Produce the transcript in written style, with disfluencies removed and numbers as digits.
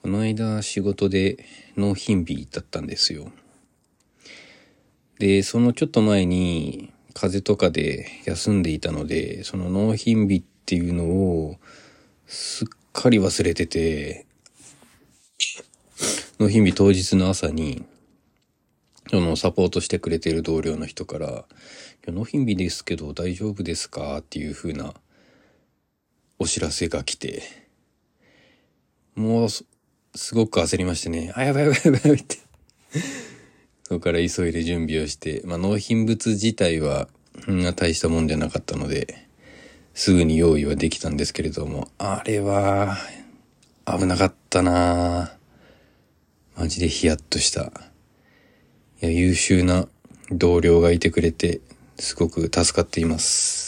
この間仕事で納品日だったんですよ。で、そのちょっと前に風邪とかで休んでいたので、その納品日っていうのをすっかり忘れてて、納品日当日の朝に、そのサポートしてくれている同僚の人から、納品日ですけど大丈夫ですかっていう風なお知らせが来て、もうすごく焦りましてね、やばいって。そこから急いで準備をして、納品物自体は大したもんじゃなかったので、すぐに用意はできたんですけれども、あれは危なかったな。マジでヒヤッとした。優秀な同僚がいてくれて、すごく助かっています。